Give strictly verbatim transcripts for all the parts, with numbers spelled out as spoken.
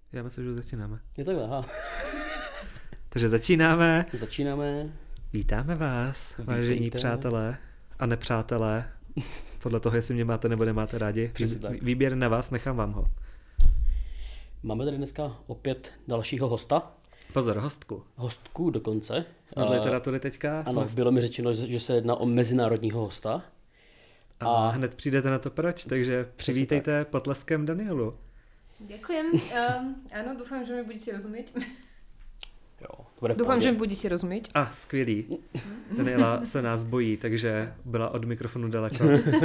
Já myslím, že začínáme. Je takhle, aha. Takže začínáme. Začínáme. Vítáme vás, Vítejte. Vážení přátelé a nepřátelé. Podle toho, jestli mě máte nebo nemáte rádi. Vý, výběr na vás, nechám vám ho. Máme tady dneska opět dalšího hosta. Pozor, hostku. Hostku dokonce. Jsme z literatury teďka. Ano, jsme... bylo mi řečeno, že se jedná o mezinárodního hosta. A, a hned přijdete na to proč, takže přivítejte potleskem Danielu. Ďakujem. Um, áno, dúfam, že mi budete rozumieť. Jo, to bude v Dúfam, pohodě. že mi budete rozumieť. A, skvělý. Daniela se nás bojí, takže byla od mikrofonu daleko.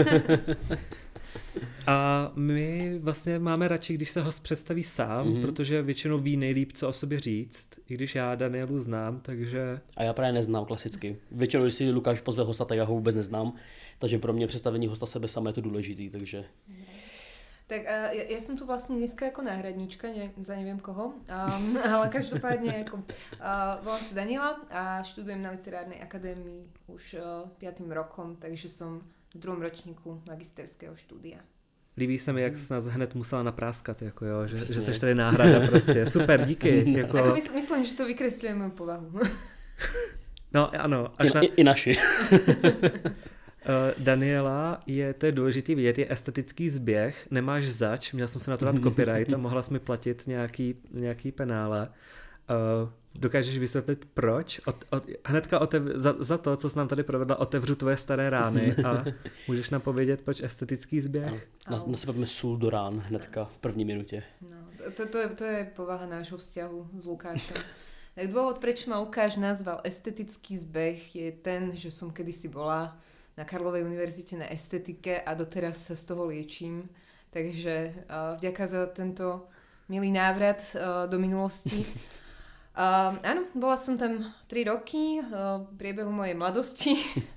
A my vlastně máme radši, když se host představí sám, mm-hmm. protože většinou ví nejlíp, co o sobě říct. I když já Danielu znám, takže... A já právě neznám klasicky. Většinou, když si Lukáš pozve hosta, tak já ho vůbec neznám. Takže pro mě představení hosta sebe sama je to důležitý, takže... Tak uh, ja, ja som tu vlastne dneska ako náhradníčka, ne, za neviem koho, um, ale každopádne ako, uh, volám sa Daniela a študujem na Literárnej akadémii už uh, piatým rokom, takže som v druhom ročníku magisterského štúdia. Líbí se mi, jak jsi nás hned musela napráskat, jako jo, že, že jsi tady náhrada prostě. Super, díky. Jako... Ako mys- myslím, že to vykresľuje moju povahu. No ano. Až I, na... i, I naši. Uh, Daniela je, to je důležitý vidět, je estetický zběh, nemáš zač, měl jsem se na to dát copyright a mohla jsi mi platit nějaký, nějaký penále. Uh, dokážeš vysvětlit proč? Od, od, hnedka otev, za, za to, co jsi nám tady provedla, otevřu tvoje staré rány a můžeš nám povědět, proč estetický zběh? Na, na sebe budeme sůl do rán hnedka v první minutě. No, to, to, je, to je povaha nášho vzťahu s Lukášom. Tak dôvod, prečo ma Lukáš nazval estetický zbeh, je ten, že som kedysi bola na Karlovej univerzite na estetike a doteraz sa z toho liečím. Takže uh, vďaka za tento milý návrat uh, do minulosti. Uh, áno, bola som tam tri roky uh, v priebehu mojej mladosti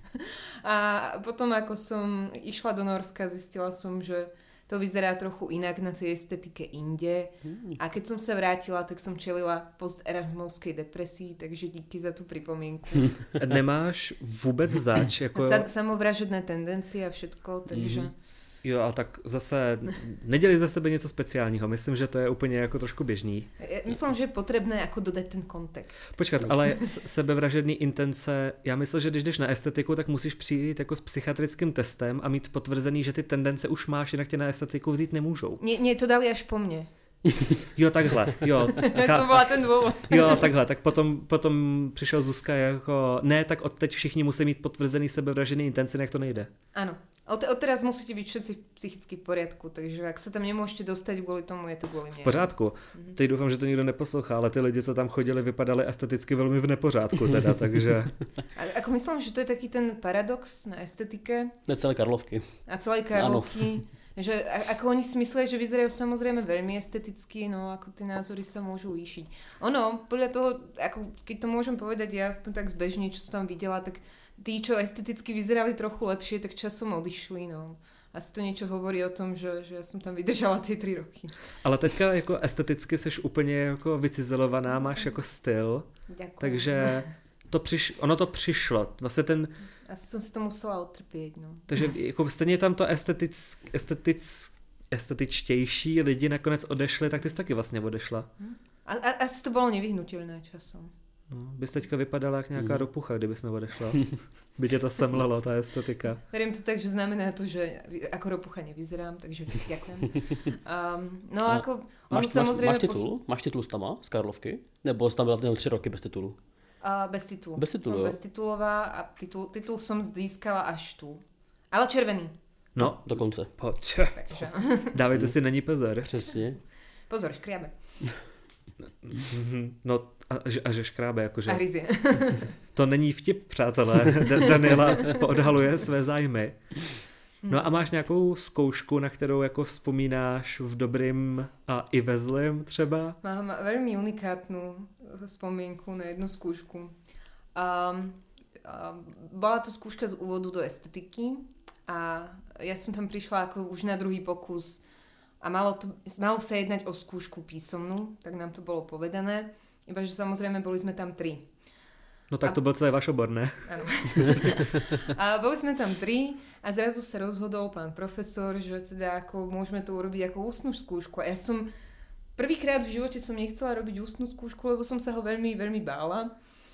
a potom ako som išla do Norska, zistila som, že to vyzerá trochu inak na tej estetike inde. A keď som sa vrátila, tak som čelila post-erasmovskej depresii, takže díky za tu pripomienku. Nemáš vůbec zač? Jako... Sa- samovražedné tendencie a všetko, takže... Mm-hmm. Jo, a tak zase nedělej za sebe něco speciálního. Myslím, že to je úplně jako trošku běžný. Myslím, že je potrebné jako dodat ten kontext. Počkat, ale sebevražedný intence, já myslím, že když jdeš na estetiku, tak musíš přijít jako s psychiatrickým testem a mít potvrzený, že ty tendence už máš, jinak tě na estetiku vzít nemůžou. Nie, nie, to dali až po mne. Jo, takhle, jo. Já jsem byla ten dôvod. Jo, takhle, tak potom, potom přišel Zuzka jako, ne, tak odteď všichni musí mít potvrzený sebevražedný intence, jak to nejde. Áno. Od, odteraz musíte byť všetci psychicky v poriadku, takže ak sa tam nemôžete dostať kvôli tomu, je to kvôli mne. V pořádku. Mm-hmm. Teď doufám, že to nikdo neposlouchá, ale ty lidi, co tam chodili, vypadali esteticky velmi v nepořádku teda, takže... A, ako myslím, že to je taký ten paradox na estetike. Na celé Karlovky. A celé Karlovky. Že ako oni si myslia, že vyzerajú samozrejme veľmi esteticky, no ako tie názory sa môžu líšiť. Ono, podľa toho, ako keď to môžem povedať, ja aspoň tak zbežne, čo som tam videla, tak tí, čo esteticky vyzerali trochu lepšie, tak časom odišli, no. Asi to niečo hovorí o tom, že, že ja som tam vydržala tie tri roky. Ale teďka jako esteticky seš úplně jako vycizelovaná, máš jako styl. Ďakujem. Takže to přiš, ono to přišlo. Vlastně ten... Asi som si to musela otrpieť, no. Takže jako stejně tam to estetic, estetic, estetičtější lidi nakonec odešli, tak ty jsi taky vlastně odešla. A, a, asi to bolo nevyhnutelné časom. No, bys teďka vypadala jak nějaká Mm. ropucha, kdybys neodešla. By tě to semlelo, ta estetika. Verím to tak, že znamená to, že ako ropucha nevyzerám, takže ďakujem. Um, no A ako, Máš, ono samozrejme... máš, máš titul? Máš titul s tama z Karlovky? Nebo jsi tam byla tři roky bez titulu? Uh, bez titulu. Bez titulu, som jo. beztitulová a titul, titul som získala až tu. Ale červený. No, Dokonce. pojď. Takže. Dávejte si na ní pozor. Přesně. Pozor, škriabe. No a, a že škrábe, jakože. A hryzie. To není vtip, přátelé. Daniela odhaluje své zájmy. No a máš nějakou zkoušku, na kterou jako vzpomínáš v dobrým a i ve zlým třeba? Mám veľmi unikátnu spomienku na jednu skúšku. Um, um, bola to skúška z úvodu do estetiky a ja som tam prišla ako už na druhý pokus a malo, to, malo sa jednať o skúšku písomnú, tak nám to bolo povedané, iba že samozrejme boli sme tam tri. No tak to byl celý váš obor, ne? Áno. A boli sme tam tri a zrazu sa rozhodol pán profesor, že teda ako môžeme to urobiť ako ústnu skúšku. A ja som prvýkrát v živote som nechcela robiť ústnu skúšku, lebo som sa ho veľmi, veľmi bála.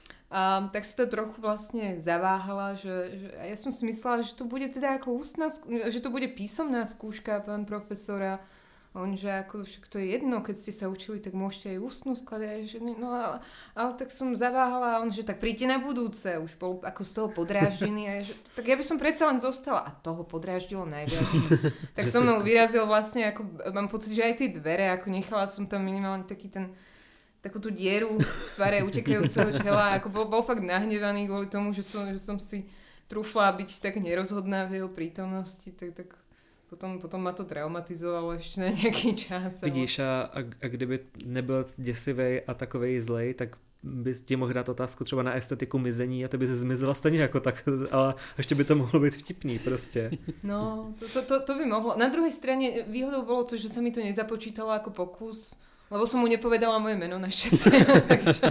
A tak si to trochu vlastne zaváhala, že, že ja som si myslela, že to bude teda ako ústna, že to bude písomná skúška, pán profesora. On, že ako však to je jedno, keď ste sa učili, tak môžete aj ústnu skladať. Že, no ale, ale tak som zaváhala a on, že tak príďte na budúce. Už bol ako z toho podráždený. A že, tak ja by som predsa len zostala. A toho podráždilo najviac. Tak so mnou vyrazil vlastne, ako, mám pocit, že aj tie dvere, ako nechala som tam minimálne taký ten, takú tú dieru v tvare utekajúceho tela. Ako bol, bol fakt nahnevaný kvôli tomu, že som, že som si trúfla byť tak nerozhodná v jeho prítomnosti. Tak, tak Potom, potom ma to traumatizovalo ještě na nějaký čas. Vidíš, a, a, a kdyby nebyl děsivý a takovej zlej, tak bys ti mohl dát otázku třeba na estetiku mizení a ty by se zmizela stejně jako tak, ale ještě by to mohlo být vtipný prostě. No, to, to, to, to by mohlo. Na druhej strane výhodou bolo to, že sa mi to nezapočítalo ako pokus, lebo som mu nepovedala moje meno našťastie. takže,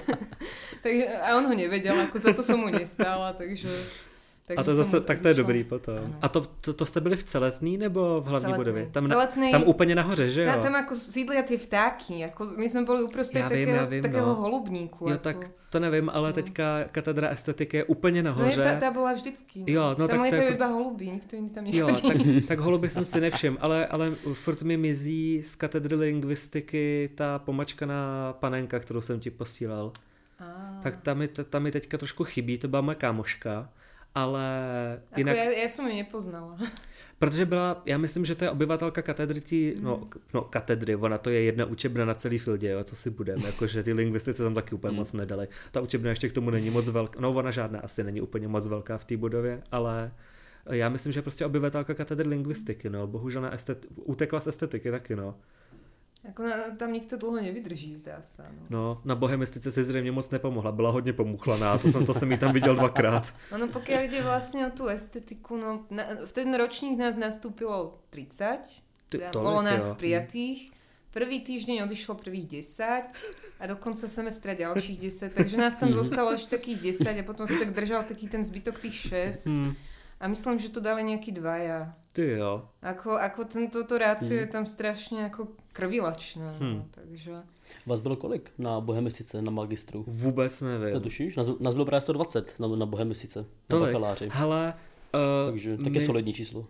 takže, a on ho nevedel, ako za to som mu nestála, takže... Takže a to zase, tak to je dobrý potom. Ano. A to, to, to jste byli v Celetný nebo v hlavní budově? Tam, Celetný, tam úplně nahoře, že jo? Tam, tam ako sídlia tie vtáky, jako my jsme byli uprostřed takého, vím, takého no. holubníku. Jo, jako. tak to nevím, ale no. teďka katedra estetiky je úplně nahoře. No je, ta, ta byla vždycky. Jo, no, tam tak to je furt... iba holubí, nikto jiný tam nechodí. Jo, tak, tak holuby jsem si nevšiml, ale, ale furt mi mizí z katedry lingvistiky ta pomačkaná panenka, kterou jsem ti posílal. Ah. Tak tam mi, tam mi teďka trošku chybí, to byla moje kámoška. Ale jinak... Jako já, já jsem ji nepoznala. Protože byla, já myslím, že to je obyvatelka katedry tý, mm. no, no katedry, ona to je jedna učebna na celý Fildě, jo, co si budeme, jakože ty lingvistice tam taky úplně mm. moc nedali. Ta učebna ještě k tomu není moc velká, no ona žádná asi není úplně moc velká v té budově, ale já myslím, že prostě obyvatelka katedry lingvistiky, no, bohužel na estet... utekla z estetiky taky, no. Jako na, tam nikto dlouho nevydrží, zdá se. No. no, na bohemistice si zřejmě moc nepomohla, byla hodně pomuchlaná, to jsem, to jsem jí tam viděl dvakrát. Ono pokiaľ ide vlastne o tú estetiku, no na, v ten ročník nás nastúpilo tridsať, Ty, tolik, bolo nás jo. prijatých, prvý týždeň odišlo prvých desať a do konca semestra ďalších desať, takže nás tam zostalo ešte takých desať a potom si tak držal taký ten zbytok tých šesť. Hmm. A myslím, že to dali nejaký dvaja. Ty jo. Ako, ako tento rácio hmm. je tam strašně jako krvilačné. Hmm. No, takže... Vás bylo kolik na bohemistice, na magistru? Vůbec nevím. Netušíš? Nás, nás bylo právě sto dvacet na, na bohemistice, na tolik. bakaláři. Hele, uh, takže taky my... solidní číslo.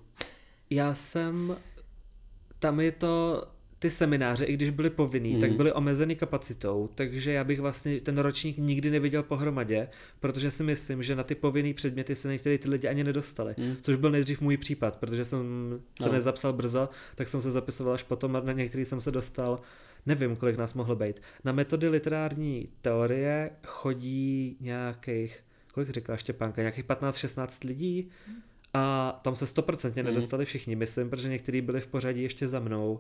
Já jsem, tam je to... Ty semináře, i když byly povinný, mm. tak byly omezený kapacitou, takže já bych vlastně ten ročník nikdy neviděl pohromadě, protože si myslím, že na ty povinný předměty se některé ty lidi ani nedostali, mm. což byl nejdřív můj případ, protože jsem se no. nezapsal brzo, tak jsem se zapisoval až potom a na některý jsem se dostal, nevím, kolik nás mohlo být. Na metody literární teorie chodí nějakých, kolik řekla Štěpánka, nějakých patnáct šestnáct lidí a tam se stoprocentně mm. nedostali všichni, myslím, protože někteří byli v pořadí ještě za mnou.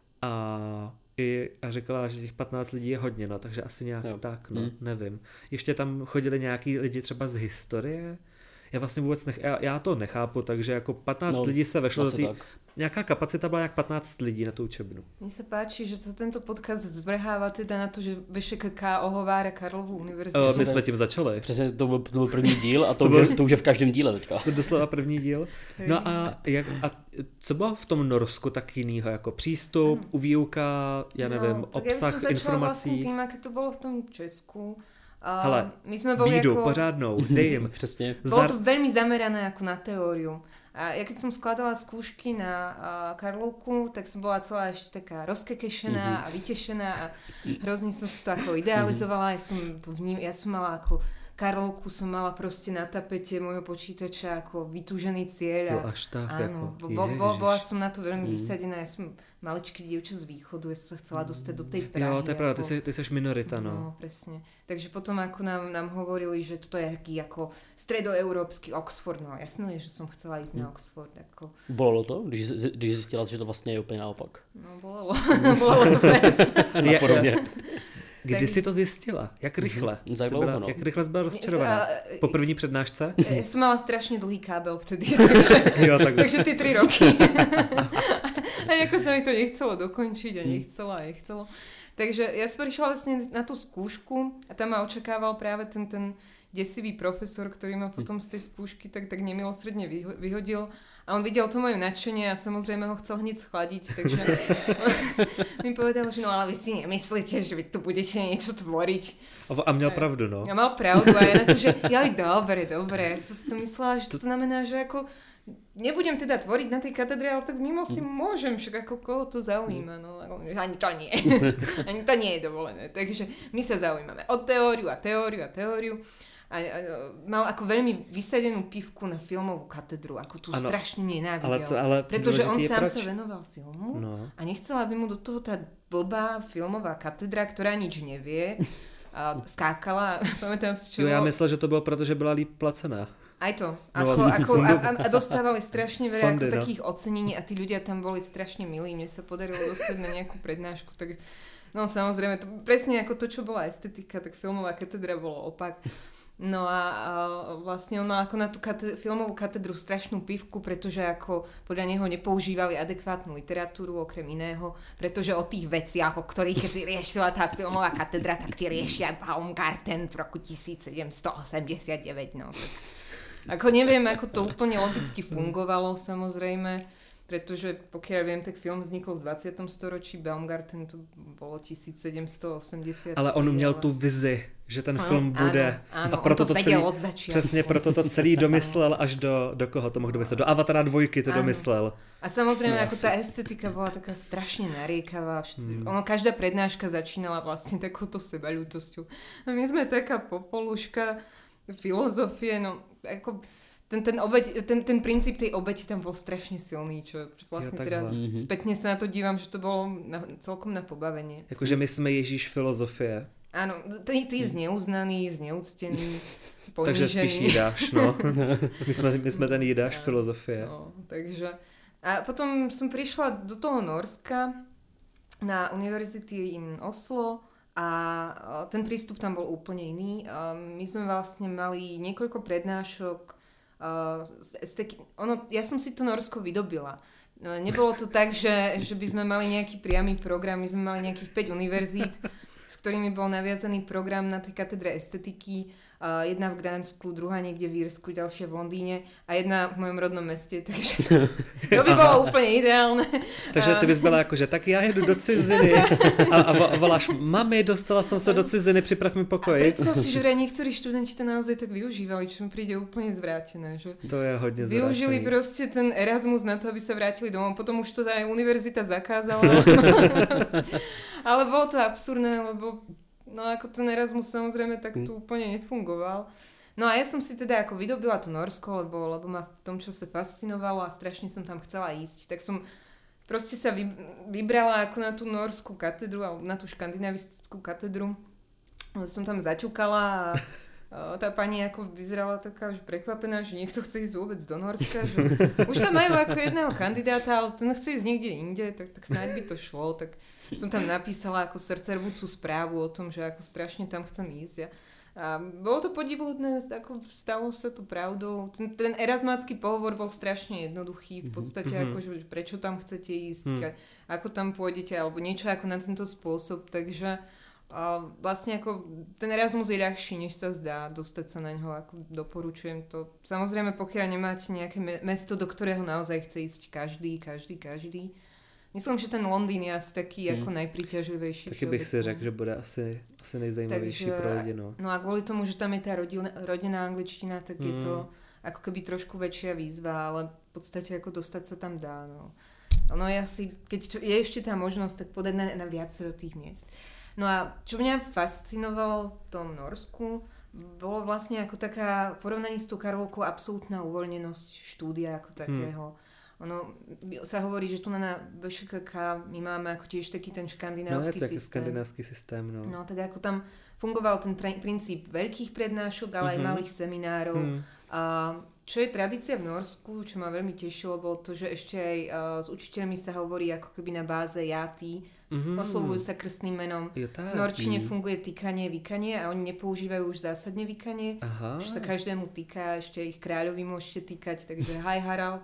A, i, a řekla, že těch patnáct lidí je hodně, no, takže asi nějak jo. tak, no, mm. nevím. Ještě tam chodili nějaký lidi třeba z historie, já vlastně vůbec nech, já, já to nechápu, takže jako patnáct no, lidí se vešlo do té, nějaká kapacita byla nějak patnáct lidí na tu učebnu. Mně se páči, že se tento podcast zvrhává teda na to, že VŠKK ohovára Karlovu univerzitu. O, my jsme tím začali. Přesně, to byl, to byl první díl a to, to, byl, je, to už je v každém díle teďka. To doslova první díl. No a, jak, a co bylo v tom Norsku tak jinýho, jako přístup, ano. výuka, já nevím, no, obsah informací? Já vlastně tím, jak to bylo v tom Česku. Uh, Hele, my jsme boli bídu, ako... pořádnou, dej jim. Přesně. Bolo to veľmi zamerané ako na teóriu. A ja keď som skladala skúšky na uh, Karlovku, tak som bola celá ešte taká rozkekešená mm-hmm. a vytešená a hrozne som si to ako idealizovala. Ja som, to vním, ja som mala ako Karlovku som mala proste na tapete môjho počítača ako vytúžený cieľ. A, jo, až tak, áno, ako, bo, bo, bola som na to veľmi mm. vysadená. Ja som maličké dievča z východu, ja som sa chcela dostať do tej Prahy. Jo, to je pravda, ty, ty seš minorita, no. No, presne. Takže potom ako nám, nám hovorili, že toto je taký ako stredoeurópsky Oxford. No jasné, že som chcela ísť mm. na Oxford. Ako... Bolelo to, když, když zjistila, že to vlastně je úplně naopak? No, bolelo. bolelo to fest. Napodobně. Kdy jsi to zjistila? Jak rychle? Zajímavé, byla, no. Jak rychle jsi byla rozčarovaná? Po první přednášce? Ja som mala strašne dlhý kábel vtedy, takže, jo, tak... takže ty tri roky. A ako sa mi to nechcelo dokončiť a nechcelo a nechcelo. Takže ja som prišla vlastne na tú skúšku a tam ma očakával práve ten, ten desivý profesor, ktorý ma potom z tej skúšky tak, tak nemilosrdne vyho- vyhodil. A on videl to moje nadšenie a samozrejme ho chcel hneď schladiť, takže mi povedal, že no ale vy si nemyslíte, že vy tu budete niečo tvoriť. A měl a, pravdu, no. A mal pravdu a ja na to, že ja dobre, dobre. Ja som si to myslela, že to, to znamená, že ako nebudem teda tvoriť na tej katedre, ale tak mimo si môžem, však ako koho to zaujíma. No, ani to nie. Ani to nie je dovolené. Takže my sa zaujímame o teóriu a teóriu a teóriu. A, a mal ako veľmi vysadenú pivku na filmovú katedru, ako tu ano, strašne nenávidel. Ale to, ale pretože on sám proč? sa venoval filmu no. a nechcel, aby mu do toho tá blbá filmová katedra, ktorá nič nevie, a skákala. Pamätám si, čo jo, já bolo... myslel, že to bylo proto, že byla líp placená. Aj to. No, Ako, ako, a, a dostávali strašne veľa Fondy, ako no. takých ocenení a tí ľudia tam boli strašne milí. Mne sa podarilo dostať na nejakú prednášku. Tak, no samozrejme, to, presne ako to, čo bola estetika, tak filmová katedra bolo opak. No a, a vlastne on mal ako na tú kate- filmovú katedru strašnú pivku, pretože ako podľa neho nepoužívali adekvátnu literatúru okrem iného, pretože o tých veciach, o ktorých keď si riešila tá filmová katedra, tak tie riešia Baumgarten v roku tisícsedemstoosemdesiatdeväť. No, tak ako neviem, ako to úplne logicky fungovalo, samozrejme, pretože pokiaľ viem, tak film vznikol v dvadsiatom storočí, Baumgarten to bolo tisícsedemstoosemdesiat. Ale on měl tu vizi, že ten ano, film bude. Áno, áno, a proto on to, to vedel celý, od začiatku. Přesně proto to celý domyslel až do, do koho to mohl domyslet. Do Avatara dvojky to áno. domyslel. A samozrejme, no, ako asi. tá estetika bola taká strašne nariekavá. Všetci, hmm. ono, každá prednáška začínala vlastne takouto sebaľútosťou. A my sme taká popoluška filozofie, no ako... Ten, ten, obeť, ten, ten princíp tej obeti tam bol strašne silný, čo, čo vlastne ja, teraz mm-hmm. spätne sa na to dívam, že to bolo na, celkom na pobavenie. Jakože my sme Ježíš filozofie. Áno, ty, ty zneuznaný, zneúctený, ponížený. Takže spíš Jidáš, no. my, sme, my sme ten Jidáš no, filozofie. No, takže... A potom som prišla do toho Norska na University in Oslo a ten prístup tam bol úplne iný. My sme vlastne mali niekoľko prednášok. Uh, ono, ja som si to Norsko vydobila. No, nebolo to tak, že, že by sme mali nejaký priamy program, my sme mali nejakých päť univerzít, s ktorými bol naviazaný program na tej katedre estetiky. Uh, jedna v Gdansku, druhá niekde v Írsku, ďalšia v Londýne a jedna v mojom rodnom meste, takže to by bolo úplne ideálne. Takže ty bys byla jako, že tak já jedu do ciziny a, a voláš, mami, dostala som sa do ciziny, priprav mi pokoj. A predstav si, že vraj niektorí študenti to naozaj tak využívali, čo mi príde úplne zvrátené. Že to je hodne zvrátené. Využili proste ten Erasmus na to, aby sa vrátili domov, potom už to aj univerzita zakázala. Ale bolo to absurdné, lebo no ako ten Erasmus samozrejme tak tu úplne nefungoval. No a ja som si teda ako vydobila to Norsko, lebo, lebo ma v tom čase fascinovalo a strašne som tam chcela ísť. Tak som proste sa vybrala ako na tú norskú katedru, alebo na tú škandinavistickú katedru. Som tam zaťukala a tá pani ako vyzerala taká už prekvapená, že niekto chce ísť vôbec do Norska. Že už tam majú ako jedného kandidáta, ale ten chce ísť niekde inde, tak, tak snáď by to šlo. Tak som tam napísala ako srdcervúcu správu o tom, že ako strašne tam chcem ísť. A bolo to podivuhodné, ako stalo sa to pravdou. Ten, ten erasmácky pohovor bol strašne jednoduchý. V podstate mm-hmm. ako, že prečo tam chcete ísť, mm. ako tam pôjdete, alebo niečo ako na tento spôsob. Takže a vlastne ako ten Erasmus je ľahší, než sa zdá, dostať sa na ňo, ako doporučujem to. Samozrejme, pokiaľ nemáte nejaké me- mesto, do ktorého naozaj chce ísť každý, každý, každý. Myslím, že ten Londýn je asi taký hmm. ako najpriťažlivejší. Taky bych si řekl, že bude asi, asi nejzajímavější pro lidi. No. no a kvôli tomu, že tam je tá rodina, rodinná angličtina, tak hmm. je to ako keby trošku väčšia výzva, ale v podstate ako dostať sa tam dá. No, no je asi, keď je ešte tá možnosť, tak podať na, na viacero tých miest. No a čo mňa fascinovalo v tom Norsku, bolo vlastne ako taká porovnaní s tou Karolkou absolútna uvoľnenosť štúdia ako takého. Hmm. Ono sa hovorí, že tu na vé š ká ká my máme ako tiež taký ten škandinávsky no, systém. skandinávsky systém, no. No tak ako tam fungoval ten pr- princíp veľkých prednášok, ale mm-hmm. aj malých seminárov. Mm. A čo je tradícia v Norsku, čo ma veľmi tešilo, bolo to, že ešte aj uh, s učiteľmi sa hovorí ako keby na báze ja, ty. Mm-hmm. Oslovujú sa krstným menom. V norčine funguje tykanie, vykanie a oni nepoužívajú už zásadne vykanie. Aha. Už sa každému týka, ešte ich kráľovi môžete týkať, takže hi Harald.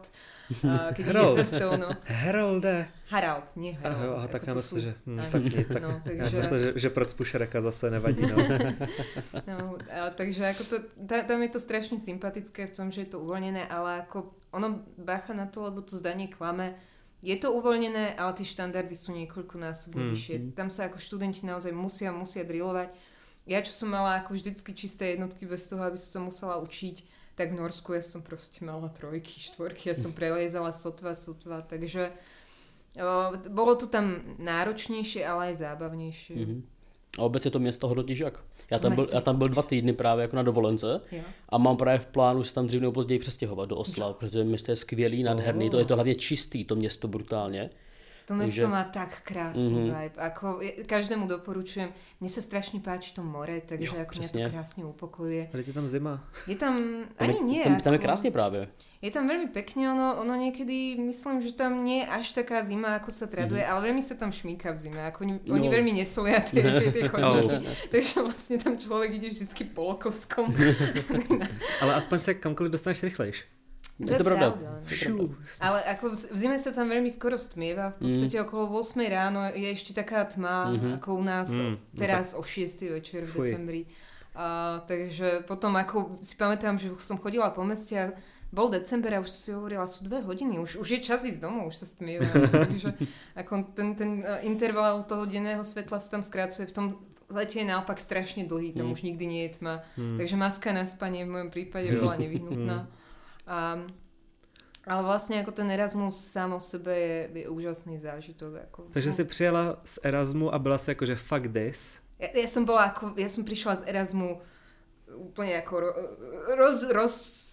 uh, keď ide cestou. No. Herolde. Harald, nie Harold. Aha, aha, tak já myslím, sú... že... Hm, tak, tak, no, takže... Já myslím, že, že procpu Šreka zase nevadí. No. no, a, takže ako to, tá, tam je to strašne sympatické v tom, že je to uvoľnené, ale ako ono bacha na to, lebo to zdanie klame. Je to uvoľnené, ale tie štandardy sú niekoľkonásobne hmm. vyššie. Tam sa ako študenti naozaj musia, musia drillovať. Ja, čo som mala ako vždycky čisté jednotky bez toho, aby som sa musela učiť, tak v Norsku ja som proste mala trojky, štvorky, ja som preliezala sotva, sotva, takže o, bolo to tam náročnější, ale aj zábavnější. Mm-hmm. A obecně to město hodnotíš jak? Já tam, byl, já tam byl dva týdny právě jako na dovolence jo. A mám právě v plánu se tam dřív nebo později přestěhovat do Osla, jo. Protože město je skvělý, nádherný, oh. to je to hlavně čistý, to město brutálně. To mesto Takže... má tak krásny mm-hmm. vibe. Ako, každému doporučujem. Mne sa strašne páči to more, takže jo, ako mňa to krásne upokojuje. Ale je tam zima. Je tam, tam ani je, nie. Tam, tam ako, je krásne práve. Je tam veľmi pekne, ono, ono niekedy, myslím, že tam nie je až taká zima, ako sa traduje, mm-hmm. ale veľmi sa tam šmíka v zime. Ako oni, no. oni veľmi nesolia tie, tie chodníky. Takže vlastne tam človek ide vždycky poloklskom. Ale aspoň sa kamkoliv dostaneš rýchlejš. To je pravda. Ale ako v zime sa tam veľmi skoro stmieva. V podstate mm. okolo ôsmej ráno je ešte taká tma, mm-hmm. ako u nás mm. teraz no tak... o šiestej večer v Fuj. decembri. A, takže potom ako si pamätám, že som chodila po meste a bol december a už si hovorila, sú dve hodiny, už, už je čas ísť domov, už sa stmieva. Takže ako ten, ten interval toho denného svetla sa tam skrácuje. V tom lete je naopak strašne dlhý, tam mm. už nikdy nie je tma. Mm. Takže maska na spanie v mojom prípade bola nevyhnutná. A, ale vlastne ako ten Erasmus sám o sebe je, je úžasný zážitok. Ako, Takže no. si přijela z Erasmu a byla si akože fuck this? Ja, ja som bola ako, ja som prišla z Erasmu úplne ako ro, roz, roz,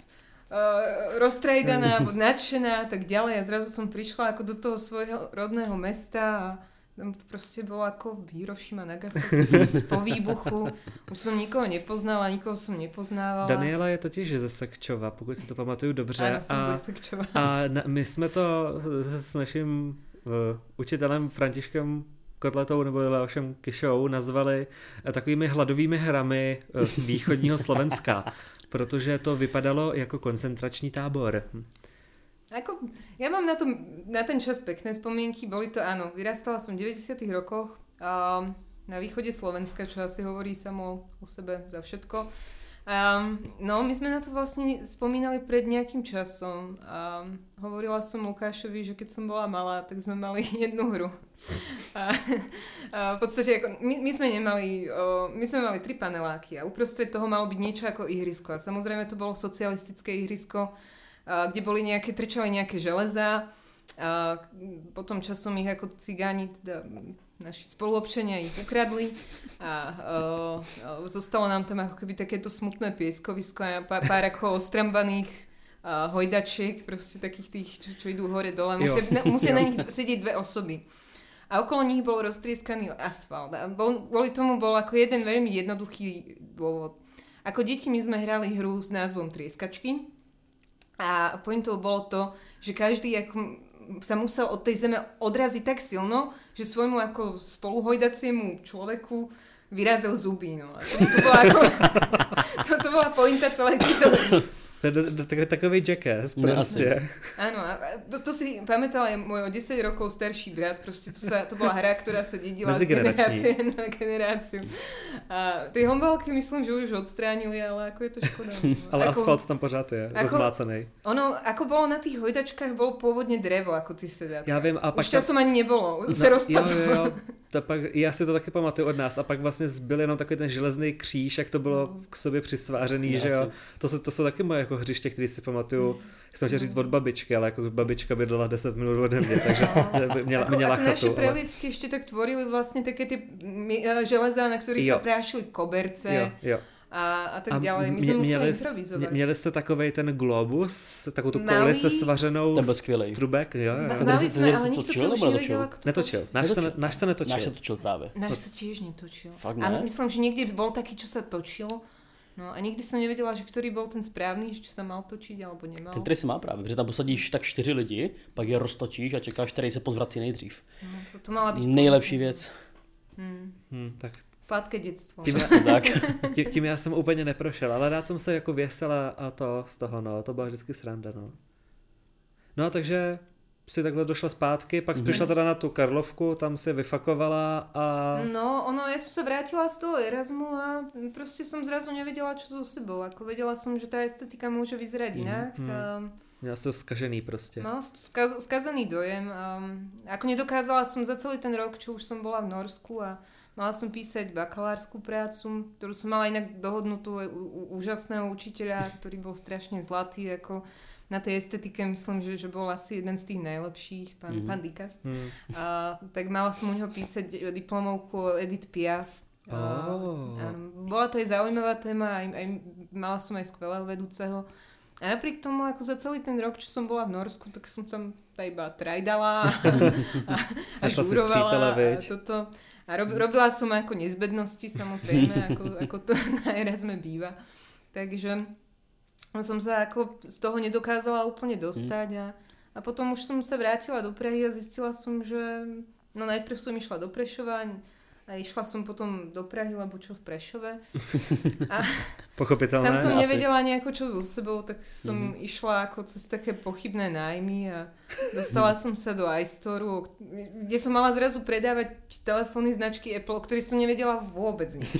uh, roztrejdaná, nadšená a tak ďalej a zrazu som prišla ako do toho svojho rodného mesta a tam to proste bolo ako Hirošima, Nagasaki po výbuchu. Už som nikoho nepoznala, nikoho som nepoznávala. Daniela je totiž ze Sekčova, pokud si to pamatuju dobře. Ano, a, ze Sekčova. A na, my jsme to s naším uh, učitelem Františkem Kotletou nebo Leošem Kyšou nazvali takovými hladovými hrami uh, východního Slovenska, protože to vypadalo jako koncentrační tábor. Ako, ja mám na, tom, na ten čas pekné spomienky, boli to áno, vyrastala som v deväťdesiatych rokoch a na východe Slovenska, čo asi hovorí samo o sebe za všetko. Um, no, my sme na to vlastne spomínali pred nejakým časom a hovorila som Lukášovi, že keď som bola malá, tak sme mali jednu hru. A, a v podstate, ako, my, my sme nemali, o, my sme mali tri paneláky a uprostred toho malo byť niečo ako ihrisko a samozrejme to bolo socialistické ihrisko, kde boli nejaké, trčali nejaké železá a potom časom ich ako cigáni, teda naši spoluobčania ich ukradli a uh, zostalo nám tam ako keby takéto smutné pieskovisko a pár, pár ako ostrambaných uh, hojdačiek, proste takých tých, čo, čo idú hore dole. Musia, na, musia na nich sedieť dve osoby. A okolo nich bol roztrieskaný asfalt. A bol, kvôli tomu bol ako jeden veľmi jednoduchý dôvod. Ako deti my sme hrali hru s názvom Trieskačky. A pointou bolo to, že každý ako sa musel od tej zeme odraziť tak silno, že svojmu ako spoluhojdaciemu človeku vyrazil zuby. No. A to, to, bola ako, to, to bola pointa celej tejto hry. To je takový jackass proste. Áno, a to, to si pamätal aj môj o desať rokov starší brat, proste to, sa, to bola hra, ktorá sa dedila z generácie na generáciu. A tie hombálky myslím, že už odstránili, ale ako je to škoda. Ale ako, asfalt tam pořád je, rozmácanej. Ono, ako bolo na tých hojdačkách, bolo pôvodne drevo, ako ty sedáte. Já vím, a pak už časom ta... ani nebolo, už no, sa rozpadlo. Jo, jo, jo. To pak, já si to taky pamatuju od nás a pak vlastně zbyl jenom takový ten železný kříž, jak to bylo k sobě přisvářený, že jo. To jsou, to jsou taky moje jako hřiště, které si pamatuju, jak jsem chtěl říct od babičky, ale jako babička bydlela deset minut ode mě, takže měla, ako, měla ako chatu. Naše prelísky ale... ešte tak tvorili vlastne také tie železá, na ktorých jo. sa prášili koberce. Jo, jo. A, a tak a ďalej. My sme museli improvizovať. Měli jste takovej ten globus, takovou tu kouli se svařenou z trubek? Jo, jo. Mali sme, ale nikto to už nevedel, ako to netočil. Náš sa, náš sa netočil. Náš sa točil práve. Náš sa tiež netočil. Fakt ne? A myslím, že niekde bol taký, čo sa točil. No a nikdy som nevedela, že ktorý bol ten správný, čo sa mal točiť alebo nemal. Ten, ktorý sa má práve, že tam posadíš tak čtyři lidi, pak je roztočíš a čekáš, který se pozvrací nejdřív. No, to, to mala byť nejlepší věc. Hmm. Hmm, tak. Sladké dětstvo. Tím já, tím, tím já jsem úplně neprošel, ale rád jsem se jako věsela a to z toho, no, to byla vždycky sranda, no. No takže si takhle došla zpátky, pak mm-hmm. přišla teda na tu Karlovku, tam si vyfakovala a... No, ono, ja som sa vrátila z toho Erasmu a proste som zrazu nevedela, čo so sebou. Ako vedela som, že tá estetika môže vyzerať inak. Mm-hmm. A... Měla si to skažený prostě. No, skaz, skazený dojem. A ako nedokázala som za celý ten rok, čo už som bola v Norsku a mala som písať bakalárskú prácu, ktorú som mala inak dohodnutú u, u, úžasného učiteľa, ktorý bol strašne zlatý, ako na tej estetike myslím, že, že bol asi jeden z tých najlepších, pán, mm-hmm. pán Dikast. Mm. A, tak mala som u neho písať diplomovku o Edith Piaf. Oh. A, a bola to aj zaujímavá téma, aj, aj, mala som aj skvelého vedúceho. A napriek tomu, ako za celý ten rok, čo som bola v Norsku, tak som tam iba trajdala a, a, a žúrovala a toto. A rob, robila som ako nezbednosti, samozrejme, ako, ako to na Erasme býva. Takže som sa ako z toho nedokázala úplne dostať a, a potom už som sa vrátila do Prahy a zistila som, že no najprv som išla do Prešova a išla som potom do Prahy, lebo čo v Prešove. A pochopiteľné. Tam som asi nevedela nejako čo so sebou, tak som mm-hmm. išla ako cez také pochybné nájmy a dostala som sa do iStoreu, kde som mala zrazu predávať telefóny značky Apple, o ktorých som nevedela vôbec nič.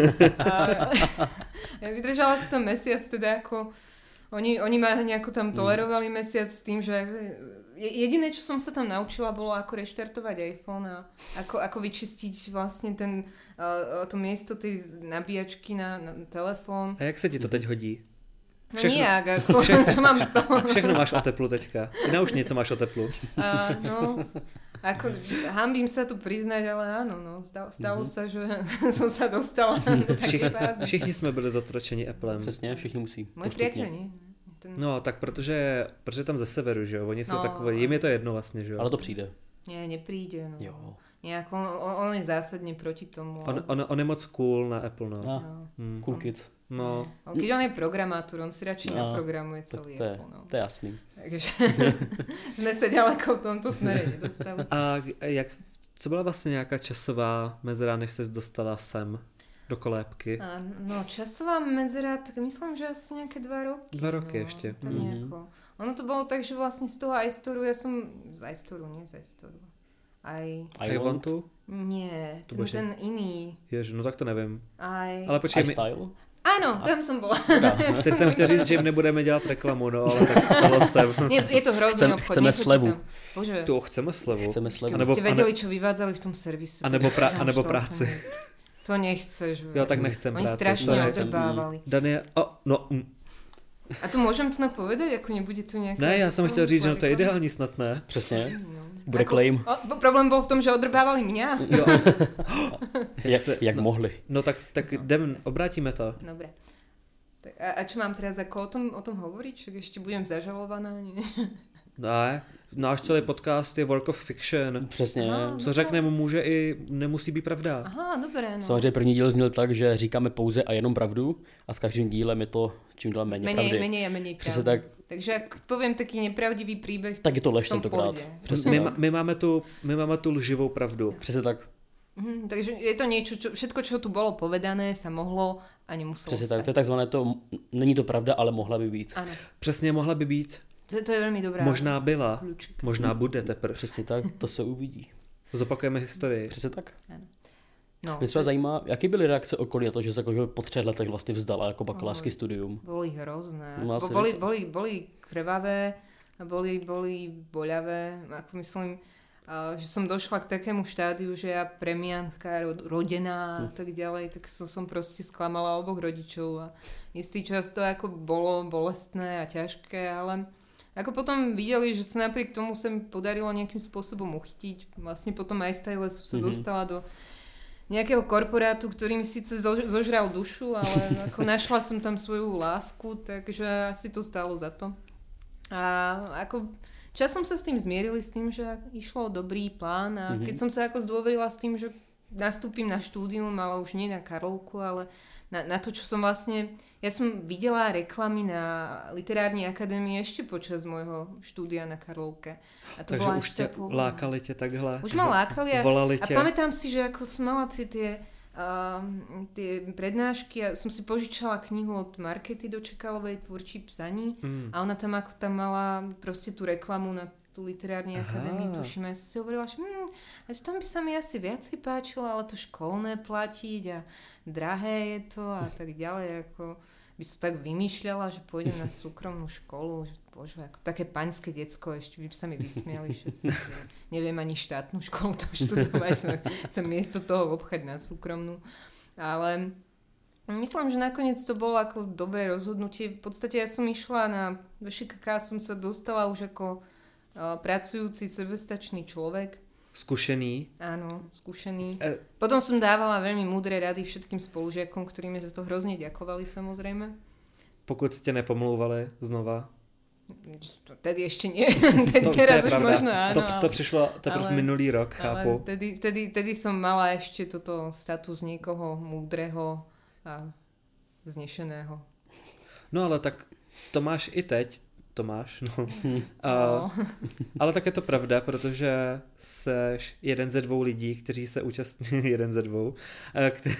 A vydržala som tam mesiac, teda ako oni, oni ma nejako tam tolerovali mesiac s tým, že jediné, čo som sa tam naučila, bolo ako reštartovať iPhone a ako, ako vyčistiť vlastne ten, uh, to miesto tej nabíjačky na, na telefón. A jak sa ti to teď hodí? Všechno, no nijak, ako, všechno, čo mám z toho. Všechno máš o teplu teďka. I náušnice máš o teplu. Uh, no, ako hanbím sa tu priznať, ale áno, no, stalo, stalo mm-hmm. sa, že som sa dostala do takej fázy. Všichni jsme byli zatročeni Applem. Přesně, všichni musí. Môj priateľ nie. Ten... No, tak protože, protože tam ze severu, že jo, oni jsou no, takové, jim je to jedno vlastně, že jo. Ale to přijde. Nie, nepríde, no. Jo. Nejako, on, on je zásadne proti tomu. On, on, on je moc cool na Apple, no. no. no. Hmm. Cool kid. No. no. Keď on je programátor, on si radšej no. naprogramuje celý to je, Apple, no. To je jasný. Takže sme sa ďaleko v tomto smere nedostali. A jak, co byla vlastně nějaká časová mezera, než ses dostala sem do kolébky? A, no, časová medzera, tak myslím, že asi nejaké dva roky. Dva roky no, ještě. Tak nejako. Mm-hmm. Ono to bolo tak, že vlastne z toho iStoreu, ja som z iStoreu, nie z iStoreu. I... I want to? Nie, ten, ten iný. Ježi, no tak to nevím. I... Ale počkej, mi... Áno, tam som bola. Teď jsem chtěl říct, že jim nebudeme dělat reklamu, no ale tak stalo se. Nie, je to hrozný Chcem, obchod. Chceme slevu. Bože. Tu chceme slevu. Chceme slevu. Keby ste vedeli, čo vyvádzali v tom servise. A nebo, pra, a nebo práci. To nechceš. Jo, tak nechcem Oni práci. Oni strašne odrbávali. Daniel, oh, no... Mm. A to môžem tu napovedať, ako nebude tu nejaká... Ne, já jsem chtěl říct, že no to je ideální snad, ne? Přesně. No. Bude ako, claim. O, problém bol v tom, že odrbávali mňa. Jo. jak, jak no, mohli. No tak, tak jdem, obrátíme to. Dobre. Tak a, a čo mám teraz ako o tom, o tom hovoriť? Však ešte budem zažalovaná? Nie? Ne, náš celý podcast je work of fiction. Přesně. Aha, co řekneme může i nemusí být pravda. Aha, dobré. No. Samozřejmě první díl zněl tak, že říkáme pouze a jenom pravdu a s každým dílem je to čím dál méně menej, pravdy. Menej a menej pravdy. tak. Takže ak poviem taký nepravdivý príbeh, tak je to lež tentokrát. My, my, máme tu, my máme tu lživou pravdu. Přesně tak. Mhm, takže je to niečo, čo, všetko, čo tu bolo povedané, sa mohlo a nemuselo Přesně stať. tak, to je takzvané to, není to pravda, ale mohla by být. Ano. Přesně, mohla by být. To, to je veľmi dobrá. Možná byla, kľúčka. Možná bude teprve. Přesně tak, to se uvidí. Zopakujeme historii. Přesně tak. Ano. No, Mě třeba to... zajímá, jaký byly reakce okolí na to, že se jako, že po třech letech vlastně vzdala jako bakalářský studium. Boli hrozné. No, Bo, boli, boli, boli krvavé a boli, boli boľavé. Ako myslím, uh, že som došla k takému štádiu, že ja premiantka, rodená a tak ďalej, tak som, som proste sklamala oboch rodičov a istý čas to ako bolo bolestné a ťažké, ale ako potom videli, že sa napriek tomu sa mi podarilo nejakým spôsobom uchytiť. Vlastne potom aj style som sa mm-hmm. dostala do nejakého korporátu, ktorý mi síce zožral dušu, ale ako našla som tam svoju lásku, takže asi to stálo za to. A ako časom sa s tým zmierili, s tým, že išlo o dobrý plán a mm-hmm. keď som sa ako zdôverila s tým, že nastúpim na štúdium, ale už nie na Karlovku, ale na, na to, čo som vlastne... Ja som videla reklamy na literárnej akadémii ešte počas môjho štúdia na Karlovke. A to Takže už ťa po... lákali ťa takhle? Už ma lákali a, volali a pamätám si, že ako som mala tie, tie uh, tie prednášky. Ja som si požičala knihu od Markety Dočekalovej Tvůrčí psaní mm. a ona tam ako tam mala proste tú reklamu na tú literárnu akadémiu, tuším, ja som si hovorila, že hm, tam by sa mi asi viacej páčilo, ale to školné platiť a drahé je to a tak ďalej, ako by som tak vymýšľala, že pôjdem na súkromnú školu, že bože, ako také paňské decko, ešte by sa mi vysmiali všetci, že neviem ani štátnu školu to študovať, chcem miesto toho obchať na súkromnú, ale myslím, že nakoniec to bolo ako dobré rozhodnutie. V podstate ja som išla na vé šé ká ká, som sa dostala už ako pracujúci, sebestačný človek. Skúšený. Áno, skúšený. E... Potom som dávala veľmi múdre rady všetkým spolužiakom, ktorí mi za to hrozne ďakovali, samozrejme. Pokud ste nepomlouvali znova? Tedy ešte nie. To, Teraz už pravda. Možno áno. To, to ale, prišlo teprve minulý rok, chápu. Tedy, tedy, tedy som mala ešte toto status niekoho múdreho a vznešeného. No ale tak to máš i teď. Tomáš, no. A, no. Ale tak je to pravda, protože seš jeden ze dvou lidí, kteří se účastnili, jeden ze dvou, kte,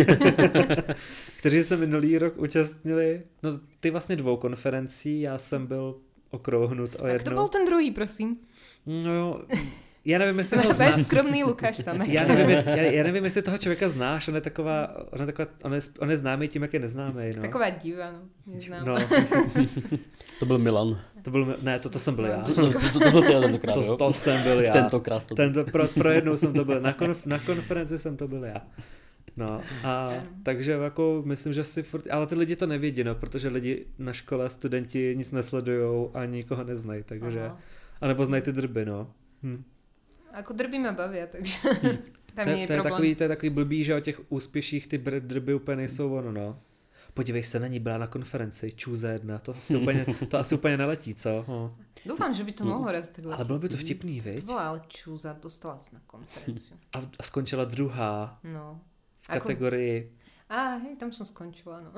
kteří se minulý rok účastnili, no ty vlastně dvou konferencí, já jsem byl okrouhnut o jedno. A kto bol ten druhý, prosím? No jo, já nevím, jestli ho znáš. Skromný Lukáš Samek. Já nevím, jestli, já, já nevím, jestli toho člověka znáš, on je taková, on je, taková, on je, on je známý tím, jak je neznámý. No. Taková diva, no, neznám. No. To byl Milan. To byl, ne, to, to jsem byl já. To, to, to, to byl ty tentokrát, to, to jsem byl já. Tentokrát. To Tento, pro, pro jednou jsem to byl, na, konf, na konferenci jsem to byl já. No a takže jako myslím, že si furt, ale ty lidi to nevědí, no, protože lidi na škole, studenti nic nesledujou a nikoho neznají, takže, aha. Anebo znají ty drby, no. Hm. Ako drby ma bavia, takže tam to, nie je to je problém. Takový, to je takový blbý, že o těch úspěších ty drby úplně nejsou ono, no. Podívej se, na ní byla na konferenci, Čůze jedna, to asi úplně, to asi úplně neletí, co? No. Doufám, že by to mohlo raz tak letí. Ale bylo by to vtipný, viď? To byla ale Čůza, dostala se na konferenci. A, a skončila druhá. No. V kategorii... Á, hej, tam som skončila, no.